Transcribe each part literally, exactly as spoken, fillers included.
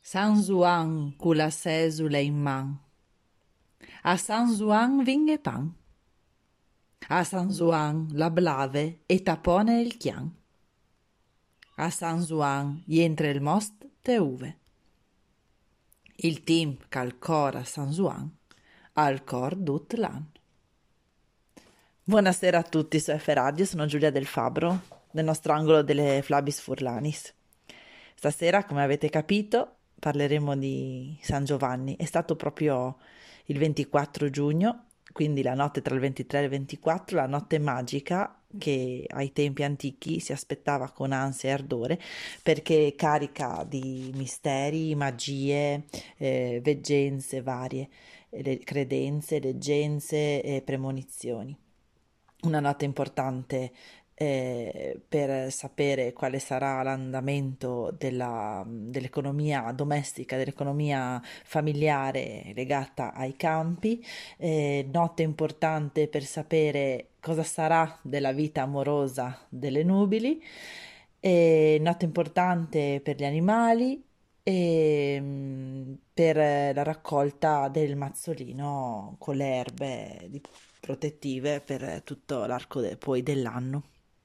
San Juan con la sesula in man. A San Juan vinge pan. A San Juan la blave e tapone il chian. A San Juan rientra il most te uve. Il timp c'al cor a San Juan, al cor tut l'an. Buonasera a tutti su F Radio, sono Giulia Del Fabbro, del nostro angolo delle Flabis Furlanis. Stasera, come avete capito, parleremo di San Giovanni. È stato proprio il ventiquattro giugno, quindi la notte tra il ventitré e il ventiquattro, la notte magica che ai tempi antichi si aspettava con ansia e ardore, perché carica di misteri, magie, eh, veggenze varie, le credenze, leggenze e premonizioni. Una notte importante eh, per sapere quale sarà l'andamento della, dell'economia domestica, dell'economia familiare legata ai campi, eh, notte importante per sapere cosa sarà della vita amorosa delle nubili, e notte importante per gli animali e mm, per la raccolta del mazzolino con le erbe di- protettive per tutto l'arco de- poi dell'anno.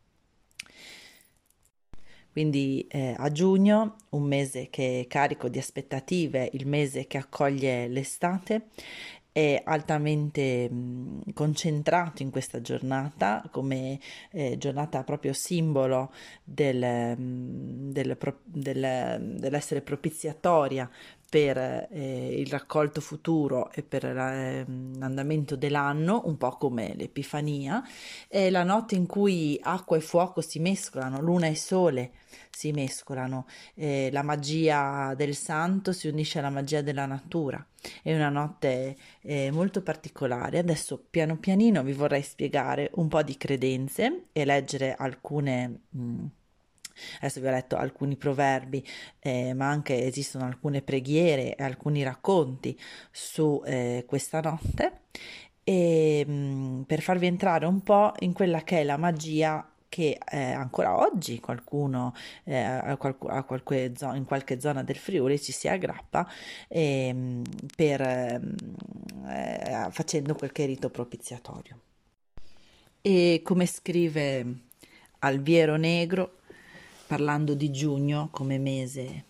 Quindi eh, a giugno, un mese che è carico di aspettative, il mese che accoglie l'estate, è altamente mh, concentrato in questa giornata come eh, giornata proprio simbolo del, mh, del pro- del- dell'essere propiziatoria per eh, il raccolto futuro e per la- ehm, l'andamento dell'anno, un po' come l'Epifania. È la notte in cui acqua e fuoco si mescolano, luna e sole si mescolano, eh, la magia del santo si unisce alla magia della natura. È una notte eh, molto particolare. Adesso piano pianino vi vorrei spiegare un po' di credenze e leggere alcune... mh, Adesso vi ho letto alcuni proverbi, eh, ma anche esistono alcune preghiere e alcuni racconti su eh, questa notte, e mh, per farvi entrare un po' in quella che è la magia che eh, ancora oggi qualcuno eh, a qualcu- a qualche zo- in qualche zona del Friuli ci si aggrappa ehm, per, ehm, eh, facendo qualche rito propiziatorio. E come scrive Alviero Negro, parlando di giugno come mese: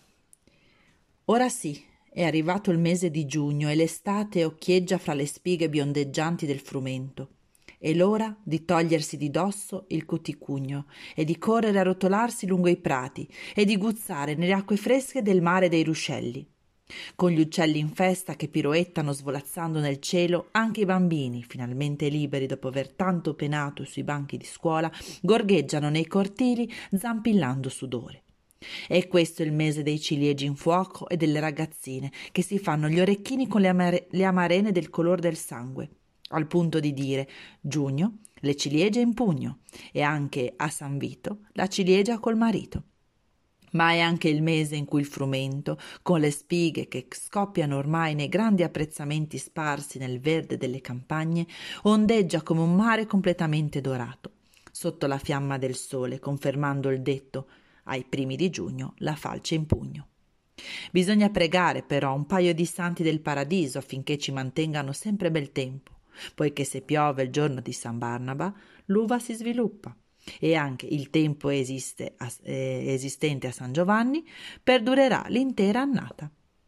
ora sì, è arrivato il mese di giugno e l'estate occhieggia fra le spighe biondeggianti del frumento. È l'ora di togliersi di dosso il cuticugno e di correre a rotolarsi lungo i prati e di guzzare nelle acque fresche del mare dei ruscelli. Con gli uccelli in festa che piroettano svolazzando nel cielo, anche i bambini, finalmente liberi dopo aver tanto penato sui banchi di scuola, gorgheggiano nei cortili zampillando sudore. E questo è il mese dei ciliegi in fuoco e delle ragazzine che si fanno gli orecchini con le, amare- le amarene del color del sangue, al punto di dire: giugno, le ciliegie in pugno, e anche a San Vito la ciliegia col marito. Ma è anche il mese in cui il frumento, con le spighe che scoppiano ormai nei grandi apprezzamenti sparsi nel verde delle campagne, ondeggia come un mare completamente dorato, sotto la fiamma del sole, confermando il detto: ai primi di giugno la falce in pugno. Bisogna pregare però un paio di santi del paradiso affinché ci mantengano sempre bel tempo, poiché se piove il giorno di San Barnaba, l'uva si sviluppa e anche il tempo esiste a, eh, esistente a San Giovanni perdurerà l'intera annata.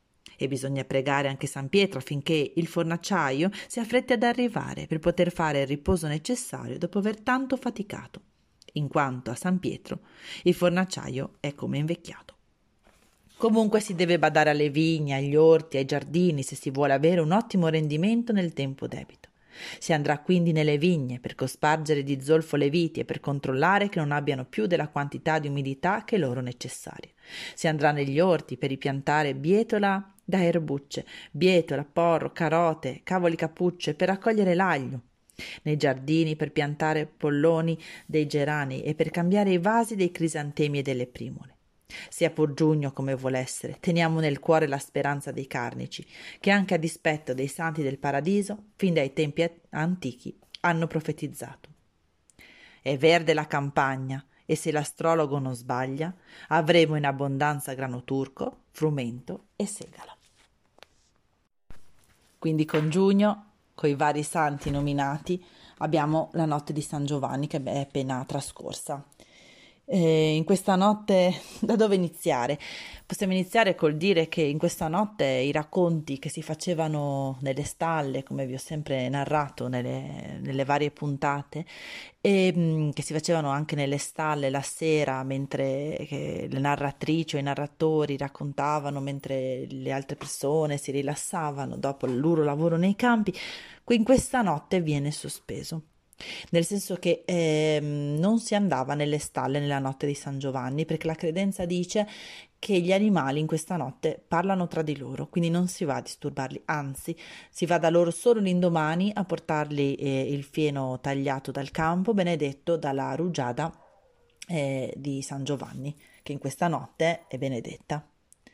E bisogna pregare anche San Pietro affinché il fornaciaio si affretti ad arrivare per poter fare il riposo necessario dopo aver tanto faticato, in quanto a San Pietro il fornaciaio è come invecchiato. Comunque si deve badare alle vigne, agli orti, ai giardini se si vuole avere un ottimo rendimento nel tempo debito. Si andrà quindi nelle vigne per cospargere di zolfo le viti e per controllare che non abbiano più della quantità di umidità che è loro necessaria. Si andrà negli orti per ripiantare bietola da erbucce, bietola, porro, carote, cavoli cappucce per raccogliere l'aglio. Nei giardini per piantare polloni dei gerani e per cambiare i vasi dei crisantemi e delle primule. Sia pur giugno come vuol essere, teniamo nel cuore la speranza dei carnici, che anche a dispetto dei santi del paradiso, fin dai tempi antichi, hanno profetizzato. È verde la campagna, e se l'astrologo non sbaglia, avremo in abbondanza grano turco, frumento e segala. Quindi con giugno, con i vari santi nominati, abbiamo la notte di San Giovanni che è appena trascorsa. E in questa notte, da dove iniziare? Possiamo iniziare col dire che in questa notte i racconti che si facevano nelle stalle, come vi ho sempre narrato nelle, nelle varie puntate, e mh, che si facevano anche nelle stalle la sera, mentre che le narratrici o i narratori raccontavano, mentre le altre persone si rilassavano dopo il loro lavoro nei campi, in questa notte viene sospeso. Nel senso che ehm, non si andava nelle stalle nella notte di San Giovanni, perché la credenza dice che gli animali in questa notte parlano tra di loro, quindi non si va a disturbarli, anzi si va da loro solo l'indomani a portargli eh, il fieno tagliato dal campo, benedetto dalla rugiada eh, di San Giovanni, che in questa notte è benedetta.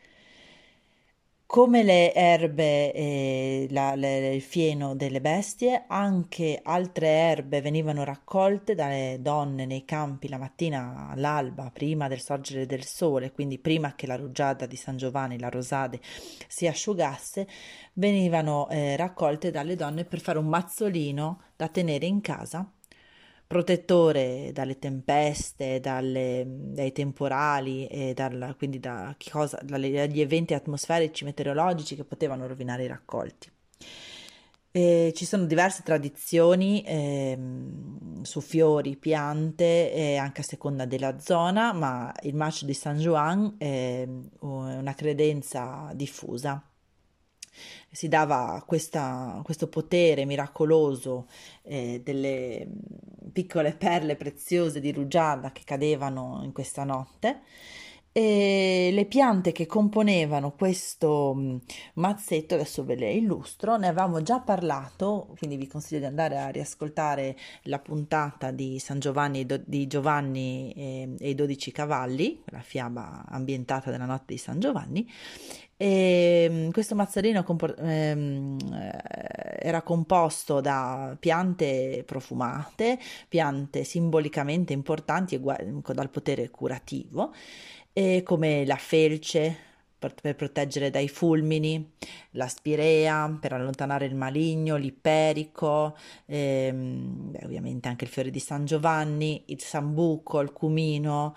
Come le erbe e la- le- il fieno delle bestie, anche altre erbe venivano raccolte dalle donne nei campi la mattina all'alba, prima del sorgere del sole, quindi prima che la rugiada di San Giovanni, la rosade, si asciugasse, venivano eh, raccolte dalle donne per fare un mazzolino da tenere in casa, protettore dalle tempeste, dalle- dai temporali e dal- quindi da che cosa- dalle- dagli eventi atmosferici meteorologici che potevano rovinare i raccolti. E ci sono diverse tradizioni ehm, su fiori, piante, e anche a seconda della zona, ma il Maggio di San Juan è una credenza diffusa. Si dava questa- questo potere miracoloso eh, delle piccole perle preziose di rugiada che cadevano in questa notte, e le piante che componevano questo mh, mazzetto, adesso ve le illustro, ne avevamo già parlato, quindi vi consiglio di andare a riascoltare la puntata di San Giovanni, e do- di Giovanni e, e i dodici cavalli, la fiaba ambientata nella notte di San Giovanni. E mm, questo mazzarino compor- ehm, eh, era composto da piante profumate, piante simbolicamente importanti e gua- dal potere curativo, e come la felce per, per proteggere dai fulmini, la spirea per allontanare il maligno, l'iperico, ehm, beh, ovviamente anche il fiore di San Giovanni, il sambuco, il cumino,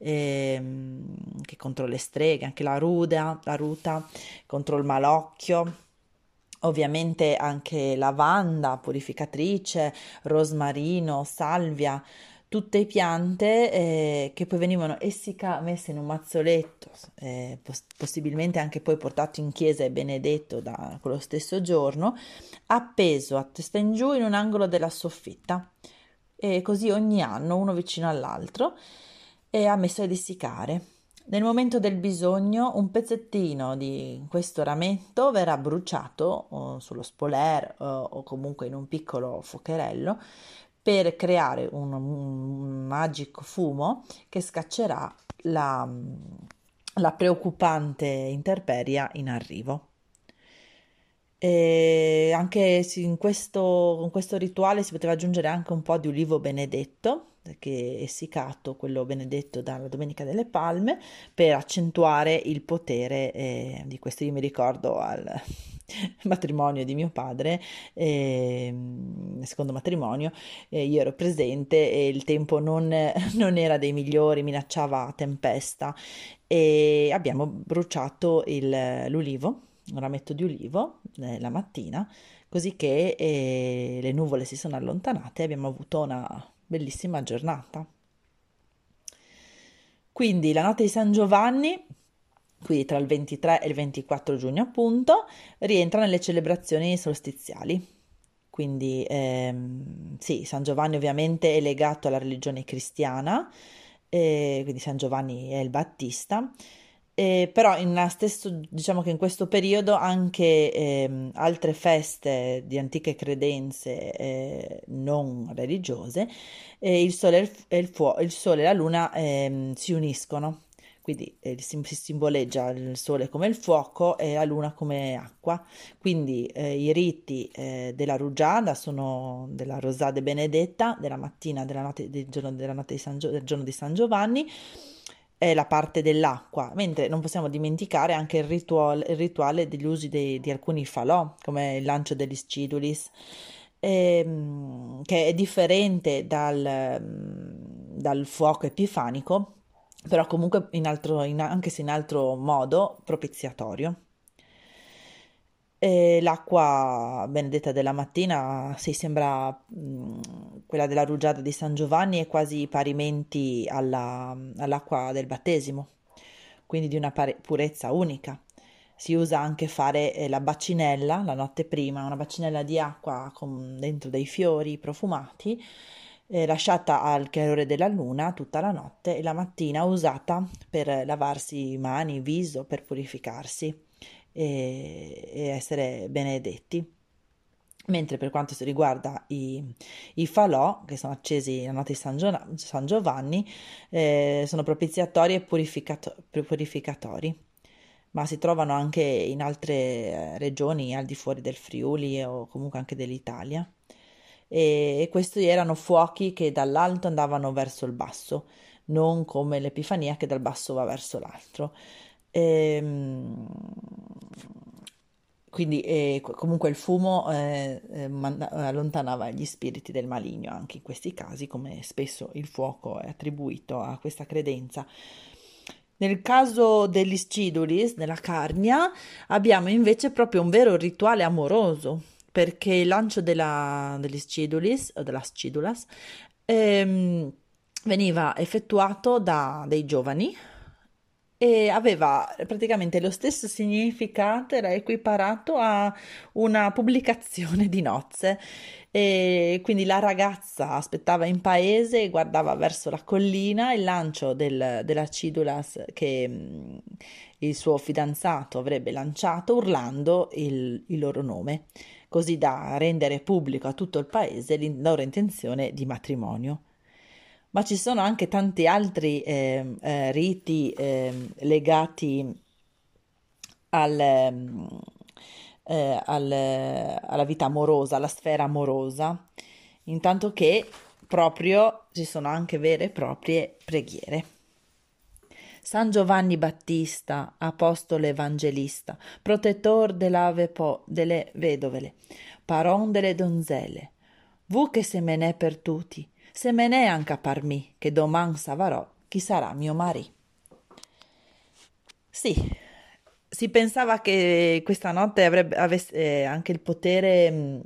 ehm, che contro le streghe, anche la ruda, la ruta contro il malocchio. Ovviamente anche lavanda, purificatrice, rosmarino, salvia, tutte piante eh, che poi venivano essicca, messe in un mazzoletto, eh, pos- possibilmente anche poi portato in chiesa e benedetto da quello stesso giorno, appeso a testa in giù in un angolo della soffitta, e così ogni anno uno vicino all'altro, e ha messo ad essiccare. Nel momento del bisogno, un pezzettino di questo rametto verrà bruciato o sullo spoler o, o comunque in un piccolo fuocherello per creare un, un magico fumo che scaccerà la, la preoccupante intemperie in arrivo. E anche si- in questo, in questo rituale si poteva aggiungere anche un po' di ulivo benedetto, che è essiccato, quello benedetto dalla Domenica delle Palme, per accentuare il potere eh, di questo. Io mi ricordo al matrimonio di mio padre, ehm, secondo matrimonio, eh, io ero presente e il tempo non, non era dei migliori, minacciava tempesta, e abbiamo bruciato il- l'ulivo, un rametto di ulivo eh, la mattina, così che eh, le nuvole si sono allontanate e abbiamo avuto una bellissima giornata. Quindi la notte di San Giovanni, quindi tra il ventitré e il ventiquattro giugno appunto, rientra nelle celebrazioni solstiziali. Quindi ehm, sì, San Giovanni ovviamente è legato alla religione cristiana, eh, quindi San Giovanni è il Battista, eh, però in la stesso, diciamo che in questo periodo anche ehm, altre feste di antiche credenze eh, non religiose, eh, il sole e il, e il fuo- il sole e la luna ehm, si uniscono. Quindi eh, si, si simboleggia il sole come il fuoco e la luna come acqua. Quindi eh, i riti eh, della rugiada sono della Rosade Benedetta, della mattina della notte, del giorno, della notte di San Gio- del giorno di San Giovanni, è la parte dell'acqua, mentre non possiamo dimenticare anche il rituale, il rituale degli usi dei- di alcuni falò, come il lancio degli scidulis, ehm, che è differente dal, mm, dal fuoco epifanico, però comunque in altro, in- anche se in altro modo propiziatorio. E l'acqua benedetta della mattina, sì, sembra mm, quella della rugiada di San Giovanni è quasi parimenti alla- all'acqua del battesimo, quindi di una pare- purezza unica. Si usa anche fare eh, la bacinella la notte prima, una bacinella di acqua con dentro dei fiori profumati, eh, lasciata al chiarore della luna tutta la notte e la mattina usata per lavarsi mani, viso, per purificarsi e, e essere benedetti. Mentre per quanto si riguarda i, i falò, che sono accesi la notte di San, Gio- San Giovanni, eh, sono propiziatori e purificato- purificatori, ma si trovano anche in altre eh, regioni al di fuori del Friuli o comunque anche dell'Italia. E, e questi erano fuochi che dall'alto andavano verso il basso, non come l'Epifania che dal basso va verso l'altro. Ehm, quindi eh, co- comunque il fumo eh, eh, manda- allontanava gli spiriti del maligno anche in questi casi, come spesso il fuoco è attribuito a questa credenza. Nel caso degli scidulis, nella Carnia, abbiamo invece proprio un vero rituale amoroso, perché il lancio della, degli scidulis, o della scidulas, ehm, veniva effettuato da dei giovani e aveva praticamente lo stesso significato, era equiparato a una pubblicazione di nozze. E quindi la ragazza aspettava in paese e guardava verso la collina il lancio del- della Cidulas che mh, il suo fidanzato avrebbe lanciato urlando il, il loro nome, così da rendere pubblico a tutto il paese la loro intenzione di matrimonio. Ma ci sono anche tanti altri ehm, eh, riti ehm, legati al, ehm, eh, al- alla vita amorosa, alla sfera amorosa, intanto che proprio ci sono anche vere e proprie preghiere. San Giovanni Battista, apostolo evangelista, protettor dell'ave po- delle vedovele, paron delle donzelle, vu che se me n'è per tutti, se me n'è anche per me, che doman savarò chi sarà mio marì. Sì, si pensava che questa notte avrebbe, avesse eh, anche il potere mh,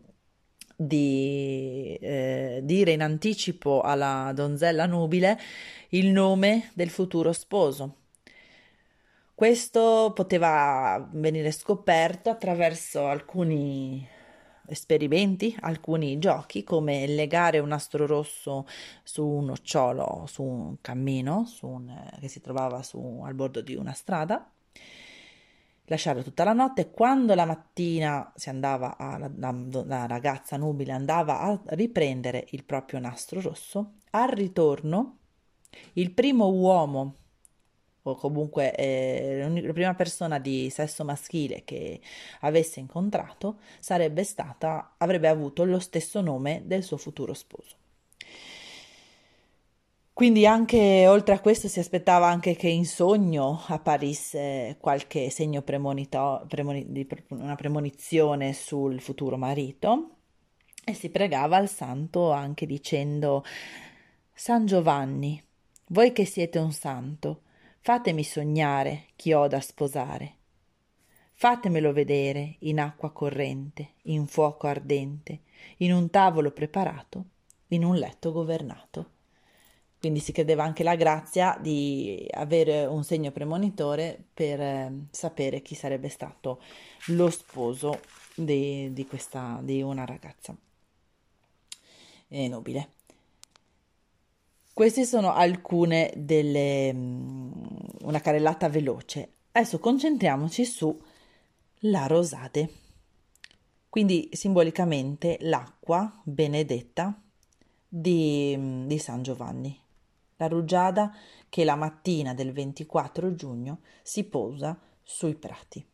di eh, dire in anticipo alla donzella nubile il nome del futuro sposo. Questo poteva venire scoperto attraverso alcuni esperimenti, alcuni giochi, come legare un nastro rosso su un nocciolo, su un cammino, su un- eh, che si trovava su- al bordo di una strada, lasciarlo tutta la notte. Quando la mattina si andava a, la, la- la ragazza nubile andava a riprendere il proprio nastro rosso, al ritorno il primo uomo o comunque eh, l'uni- la prima persona di sesso maschile che avesse incontrato sarebbe stata, avrebbe avuto lo stesso nome del suo futuro sposo. Quindi anche oltre a questo si aspettava anche che in sogno apparisse qualche segno premonito- premoni- di pre- una premonizione sul futuro marito e si pregava al santo anche dicendo: San Giovanni, voi che siete un santo, fatemi sognare chi ho da sposare. Fatemelo vedere in acqua corrente, in fuoco ardente, in un tavolo preparato, in un letto governato. Quindi si credeva anche la grazia di avere un segno premonitore per eh, sapere chi sarebbe stato lo sposo di, di questa, di una ragazza eh, nobile. Queste sono alcune delle, mm, una carrellata veloce. Adesso concentriamoci su la rosade, quindi simbolicamente l'acqua benedetta di, mm, di San Giovanni, la rugiada che la mattina del ventiquattro giugno si posa sui prati.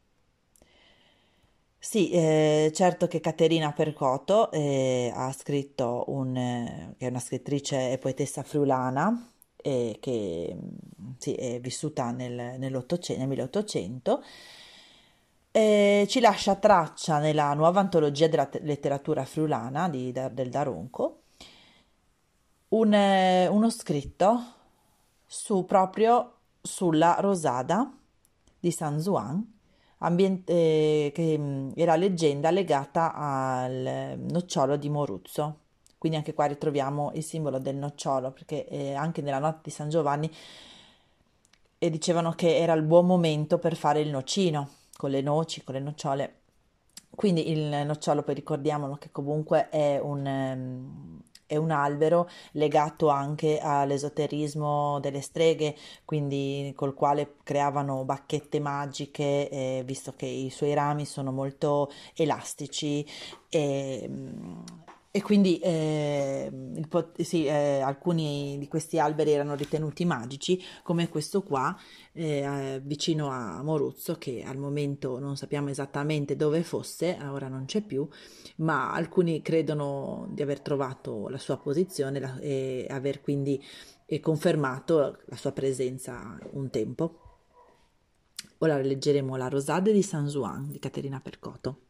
Sì, eh, certo che Caterina Percoto eh, ha scritto un, eh, che è una scrittrice e poetessa friulana, eh, che mm, sì, è vissuta nel, nell'Ottocento, nel milleottocento, eh, ci lascia traccia nella nuova antologia della te- letteratura friulana di- da- del Daronco un, eh, uno scritto su proprio sulla rosada di San Juan, ambien- eh, che mh, è la leggenda legata al eh, nocciolo di Moruzzo. Quindi anche qua ritroviamo il simbolo del nocciolo, perché eh, anche nella notte di San Giovanni e dicevano che era il buon momento per fare il nocino, con le noci, con le nocciole. Quindi il nocciolo, poi ricordiamolo che comunque è un, ehm, è un albero legato anche all'esoterismo delle streghe, quindi col quale creavano bacchette magiche, eh, visto che i suoi rami sono molto elastici e, e quindi eh, il pot- sì, eh, alcuni di questi alberi erano ritenuti magici, come questo qua, eh, vicino a Moruzzo, che al momento non sappiamo esattamente dove fosse, ora non c'è più, ma alcuni credono di aver trovato la sua posizione la- e aver quindi eh, confermato la sua presenza un tempo. Ora leggeremo la Rosade di San Juan di Caterina Percoto.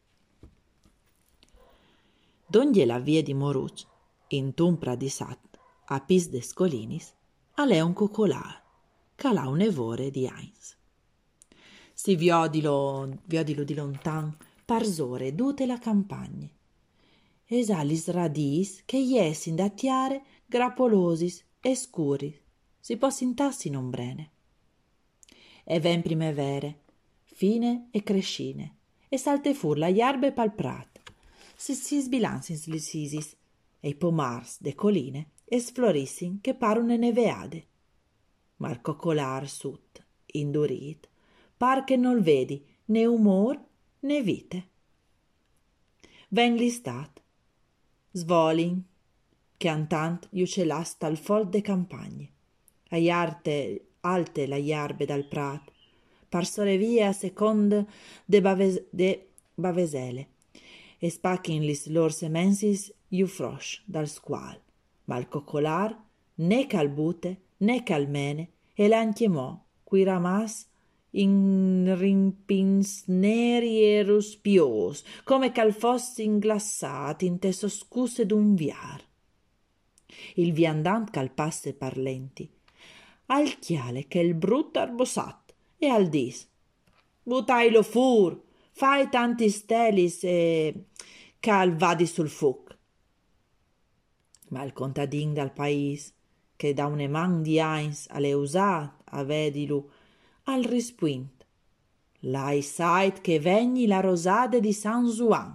Donde la via di Moruch, in tumpra di Sat, a pis de scolinis, a un cocolar, calà un evore di Heinz. Si viò di, lo, viò di, lo di lontan, parsore dute la campagne. Esalis radis che jessin da tiare grappolosis e scuri, si possintassi non brene. E ven primevere, fine e crescine, e salte fur la iarbe pal prat, si si sbilansin slisisis, e i pomars de coline es florissin che parune neveade. Ma il coccolar sut, indurit, par che non vedi né umor né vite. Ven listat, svolin, che antant iucelast al fol de campagne, a iarte alte la iarbe dal prat, parsore via second de, baves, de bavesele, e spacchin lis lor semensis iu frosch dal squal, ma il coccolar né calbute né calmene e l'anchiemò qui ramas in rimpins neri e ruspios, come cal fossi inglassati in te soscuse d'un viar. Il viandant cal passe parlenti, al chiale che il brutto arbosat, e al dis, butailo fur, fai tanti stelis e cal vadi sul fuc. Ma il contadin dal pais, che da une man di Heinz alle usat avedilu, al rispuint, l'hai sait che vegni la rosade di San Juan.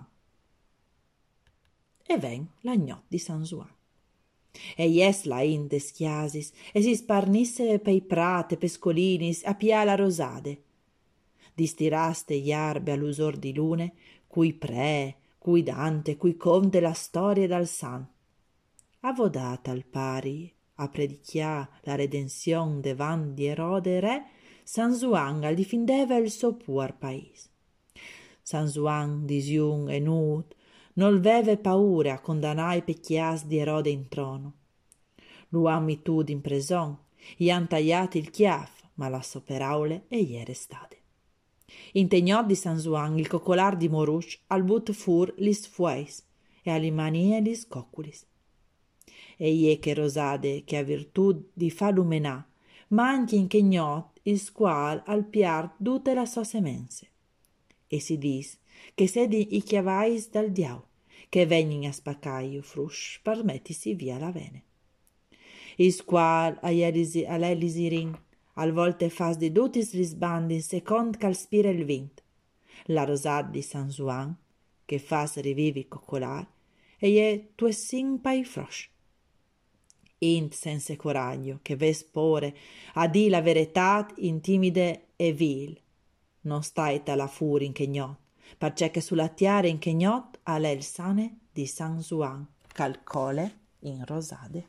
E ven la gnot di San Juan. E jes la in des chiasis, e si sparnisse pei prate, pescolinis, a pia la rosade. Distiraste iarbe all'usor di lune, cui pre, cui Dante, cui conte la storia dal san. Avodata al pari, a predichià la redenzion devan di Erode re, San Juan al difindeva il suo puer pais. San Juan disjun e nud, non veve paura a condannare i pecchias di Erode in trono. Lu han mitud in preson, gli han tagliati il chiaf, ma lasso per aule e gli è restate. Integnò di San Juan il coccolar di Moruch al but fur lis fueis e all'imanie lis cocculis. Egli che rosade che ha virtù di fa lumenà, ma anche in che gnot il squal al piar dute la sua semense. E si dis che sedi i chiavais dal diau, che vegnin a spaccaio frusci per mettisi via la vene. Il squal a l'elisirin, al volte fas di dutis risbandi second cal spira il vint. La rosad di San Juan, che fas rivivi coccolar, e je tue sin pai frosch. Int sense coraggio, che ves pore, a di la veretat intimide e vil. Non stai la fur in che gnot, perché che sulla tiare in che gnot a lei il sane di San Juan, calcole in rosade.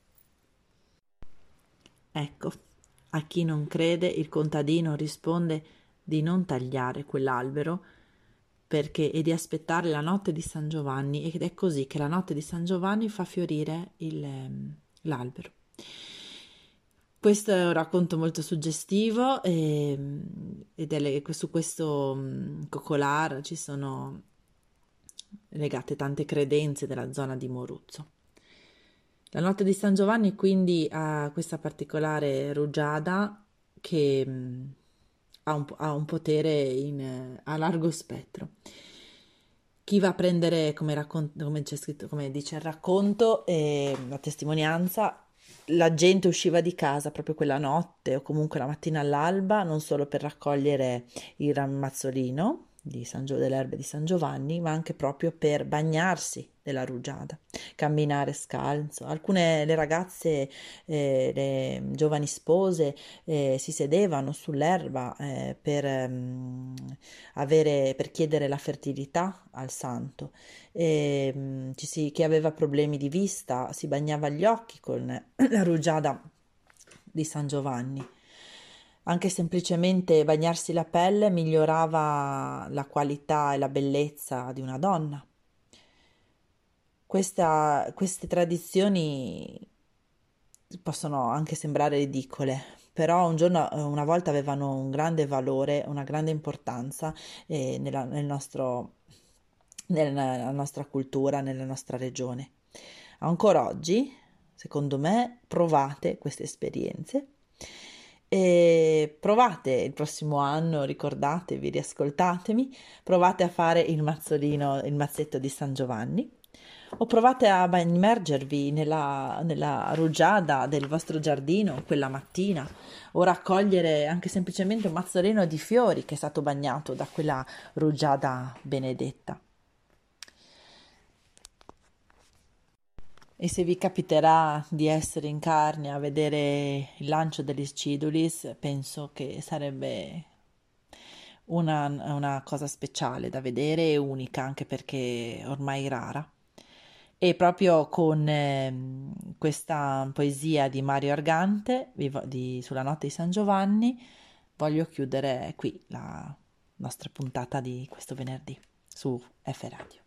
Ecco, a chi non crede il contadino risponde di non tagliare quell'albero perché e di aspettare la notte di San Giovanni, ed è così che la notte di San Giovanni fa fiorire il, ehm, l'albero. Questo è un racconto molto suggestivo e- ed è le- su questo mm, cocolar ci sono legate tante credenze della zona di Moruzzo. La notte di San Giovanni quindi ha questa particolare rugiada che mh, ha un, ha un potere in, eh, a largo spettro. Chi va a prendere, come, raccon- come c'è scritto, come dice il racconto, e la testimonianza, la gente usciva di casa proprio quella notte o comunque la mattina all'alba, non solo per raccogliere il ramazzolino di San Gio- delle erbe di San Giovanni, ma anche proprio per bagnarsi nella rugiada, camminare scalzo. Alcune le ragazze, eh, le giovani spose, eh, si sedevano sull'erba eh, per, ehm, avere, per chiedere la fertilità al santo. E, mm, ci si- chi aveva problemi di vista si bagnava gli occhi con la rugiada di San Giovanni. Anche semplicemente bagnarsi la pelle migliorava la qualità e la bellezza di una donna. Questa- queste tradizioni possono anche sembrare ridicole, però un giorno, eh, una volta avevano un grande valore, una grande importanza eh, nella, nel nostro, nella nostra cultura, nella nostra regione. Ancora oggi, secondo me, provate queste esperienze e provate il prossimo anno, ricordatevi, riascoltatemi, provate a fare il mazzolino, il mazzetto di San Giovanni o provate a ba- immergervi nella, nella rugiada del vostro giardino quella mattina o raccogliere anche semplicemente un mazzolino di fiori che è stato bagnato da quella rugiada benedetta. E se vi capiterà di essere in carne a vedere il lancio degli Scidulis, penso che sarebbe una, una cosa speciale da vedere e unica, anche perché ormai rara. E proprio con ehm, questa poesia di Mario Argante vi vo- di- sulla notte di San Giovanni, voglio chiudere qui la nostra puntata di questo venerdì su F Radio.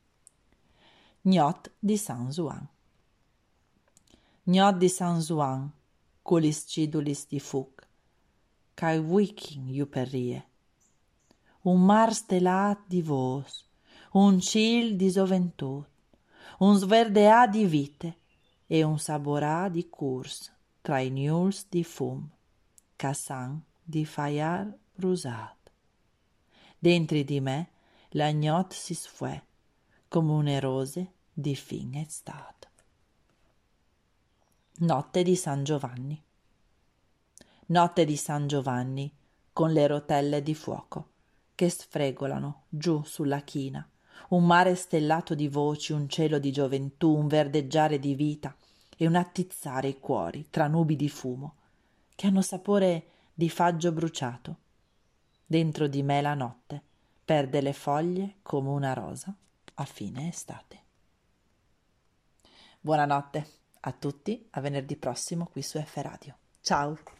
Gnot di San Juan. Gnot di San Juan, culis cidulis di fuc, cae viking iuperie. Un mar stelat di vos, un cil di gioventù, un sverdeà di vite e un saborà di curs tra i nuls di fum, cassan di faiar brusat. Dentri di me la gnot si sfuè, come une rose di fin estate. Notte di San Giovanni. Notte di San Giovanni, con le rotelle di fuoco che sfregolano giù sulla china, un mare stellato di voci, un cielo di gioventù, un verdeggiare di vita e un attizzare i cuori tra nubi di fumo che hanno sapore di faggio bruciato. Dentro di me la notte perde le foglie come una rosa a fine estate. Buonanotte a tutti, a venerdì prossimo qui su F Radio. Ciao!